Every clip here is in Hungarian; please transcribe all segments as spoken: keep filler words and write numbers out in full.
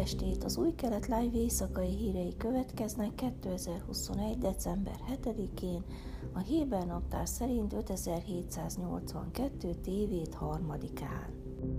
estét! Az Új Kelet Live éjszakai hírei következnek kétezer-huszonegy. december hetedikén, a Héber naptár szerint ötezer-hétszáznyolcvankettő. tévét harmadikán.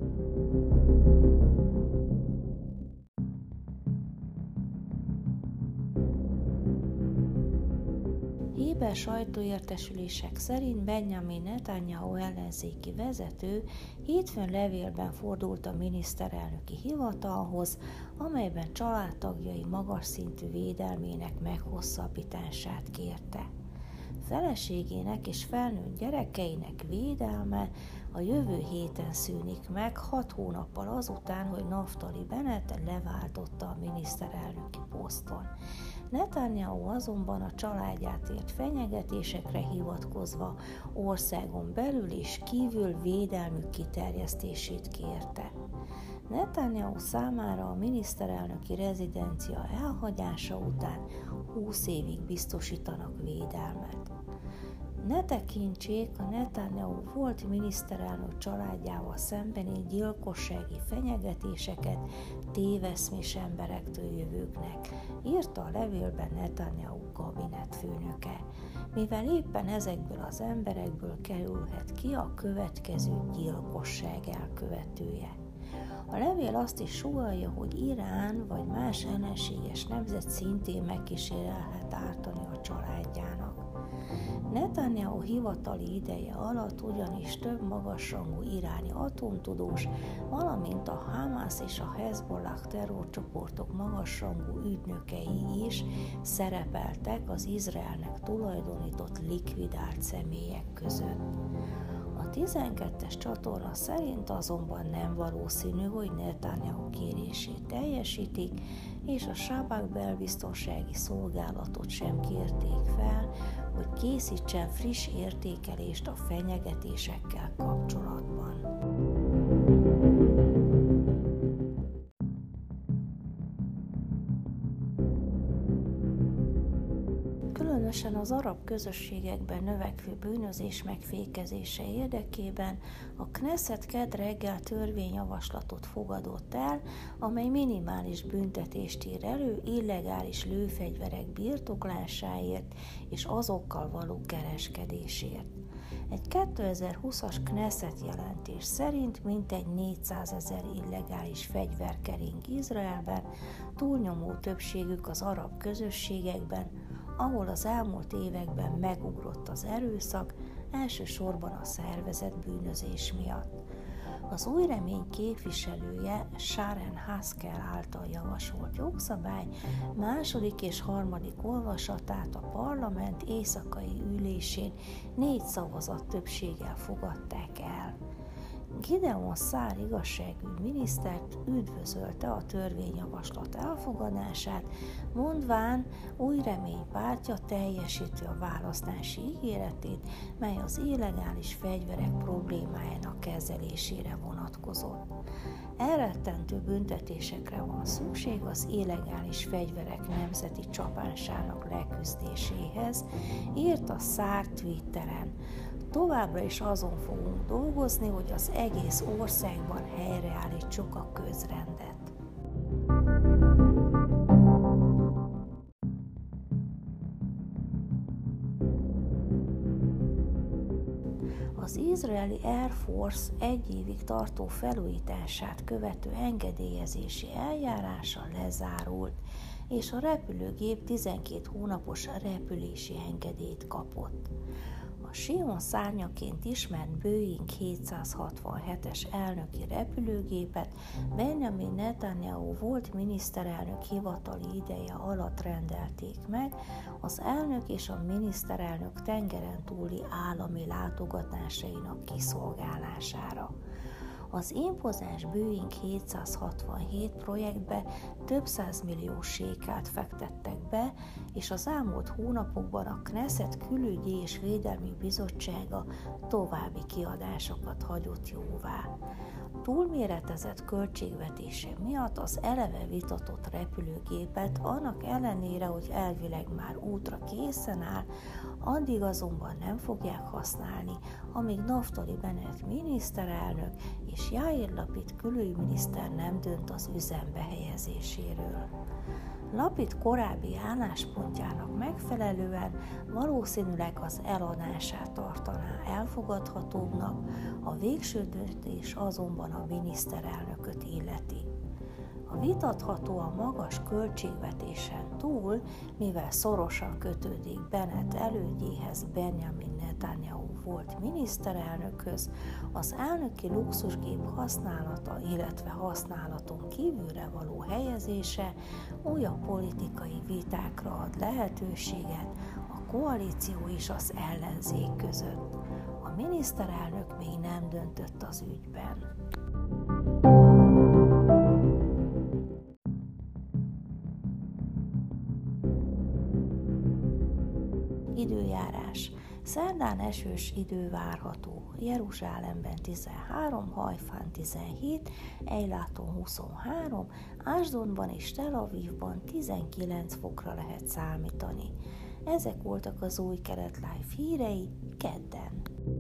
Héber sajtóértesülések szerint Benjamin Netanyahu ellenzéki vezető hétfőn levélben fordult a miniszterelnöki hivatalhoz, amelyben családtagjai magas szintű védelmének meghosszabbítását kérte. Feleségének és felnőtt gyerekeinek védelme a jövő héten szűnik meg, hat hónappal azután, hogy Naftali Bennett leváltotta a miniszterelnöki poszton. Netanyahu azonban a családját ért fenyegetésekre hivatkozva országon belül és kívül védelmük kiterjesztését kérte. Netanyahu számára a miniszterelnöki rezidencia elhagyása után húsz évig biztosítanak védelmet. Ne tekintsék a Netanyahu volt miniszterelnök családjával szembeni gyilkossági fenyegetéseket téveszmés emberektől jövőknek, írta a levélben Netanyahu kabinetfőnöke, mivel éppen ezekből az emberekből kerülhet ki a következő gyilkosság elkövetője. A levél azt is sugallja, hogy Irán vagy más ellenséges nemzet szintén megkísérelhet ártani a családjának. Netanyahu hivatali ideje alatt ugyanis több magasrangú iráni atomtudós, valamint a Hamász és a Hezbollah terrorcsoportok magasrangú ügynökei is szerepeltek az Izraelnek tulajdonított likvidált személyek között. A tizenkettes csatorna szerint azonban nem valószínű, hogy Netanyahu kérését teljesítik, és a Sábák belbiztonsági szolgálatot sem kérték fel, hogy készítsen friss értékelést a fenyegetésekkel kapcsolatban. Különösen az arab közösségekben növekvő bűnözés megfékezése érdekében a Knesset kedd reggel törvényjavaslatot fogadott el, amely minimális büntetést ír elő illegális lőfegyverek birtoklásáért és azokkal való kereskedésért. Egy kétezer-húszas Knesset jelentés szerint mintegy négyszázezer illegális fegyver kering Izraelben, túlnyomó többségük az arab közösségekben, ahol az elmúlt években megugrott az erőszak, elsősorban a szervezett bűnözés miatt. Az Új Remény képviselője Sharon Haskell által javasolt jogszabály második és harmadik olvasatát a parlament éjszakai ülésén négy szavazat többséggel fogadták el. Gideon Szár igazságügy minisztert üdvözölte a törvényjavaslat elfogadását, mondván Új Remény pártja teljesíti a választási ígéretét, mely az illegális fegyverek problémájának kezelésére vonatkozott. Elrettentő büntetésekre van szükség az illegális fegyverek nemzeti csapásának leküzdéséhez, írta Szár Twitteren. Továbbra is azon fogunk dolgozni, hogy az egész országban helyreállítsuk a közrendet. Az izraeli Air Force egy évig tartó felújítását követő engedélyezési eljárása lezárult, és a repülőgép tizenkét hónapos repülési engedélyt kapott. A Sion szárnyaként ismert Boeing hétszázhatvanhetes elnöki repülőgépet Benjamin Netanyahu volt miniszterelnök hivatali ideje alatt rendelték meg az elnök és a miniszterelnök tengeren túli állami látogatásainak kiszolgálására. Az impozáns Boeing hétszázhatvanhét projektbe több százmillió sékelt fektettek be, és az elmúlt hónapokban a Knesset Külügyi és Védelmi Bizottsága további kiadásokat hagyott jóvá. Túlméretezett költségvetése miatt az eleve vitatott repülőgépet, annak ellenére, hogy elvileg már útra készen áll, addig azonban nem fogják használni, amíg Naftali Bennett miniszterelnök és Jair Lapid külügyminiszter nem dönt az üzembe helyezéséről. Lapid korábbi álláspontjának megfelelően valószínűleg az eladását tartaná elfogadhatóbbnak, a végső döntés azonban a miniszterelnököt illeti. A vitathatóan magas költségvetésen túl, mivel szorosan kötődik Bennett elődjéhez, Benjamin Netanyahu volt miniszterelnökhöz, az elnöki luxusgép használata, illetve használaton kívülre való helyezése újabb politikai vitákra ad lehetőséget a koalíció és az ellenzék között. A miniszterelnök még nem döntött az ügyben. Időjárás. Szerdán esős idő várható. Jeruzsálemben tizenhárom, Hajfán tizenhét, Eiláton huszonhárom, Ásdodban és Tel Avivban tizenkilenc fokra lehet számítani. Ezek voltak az új Kelet Live hírei kedden.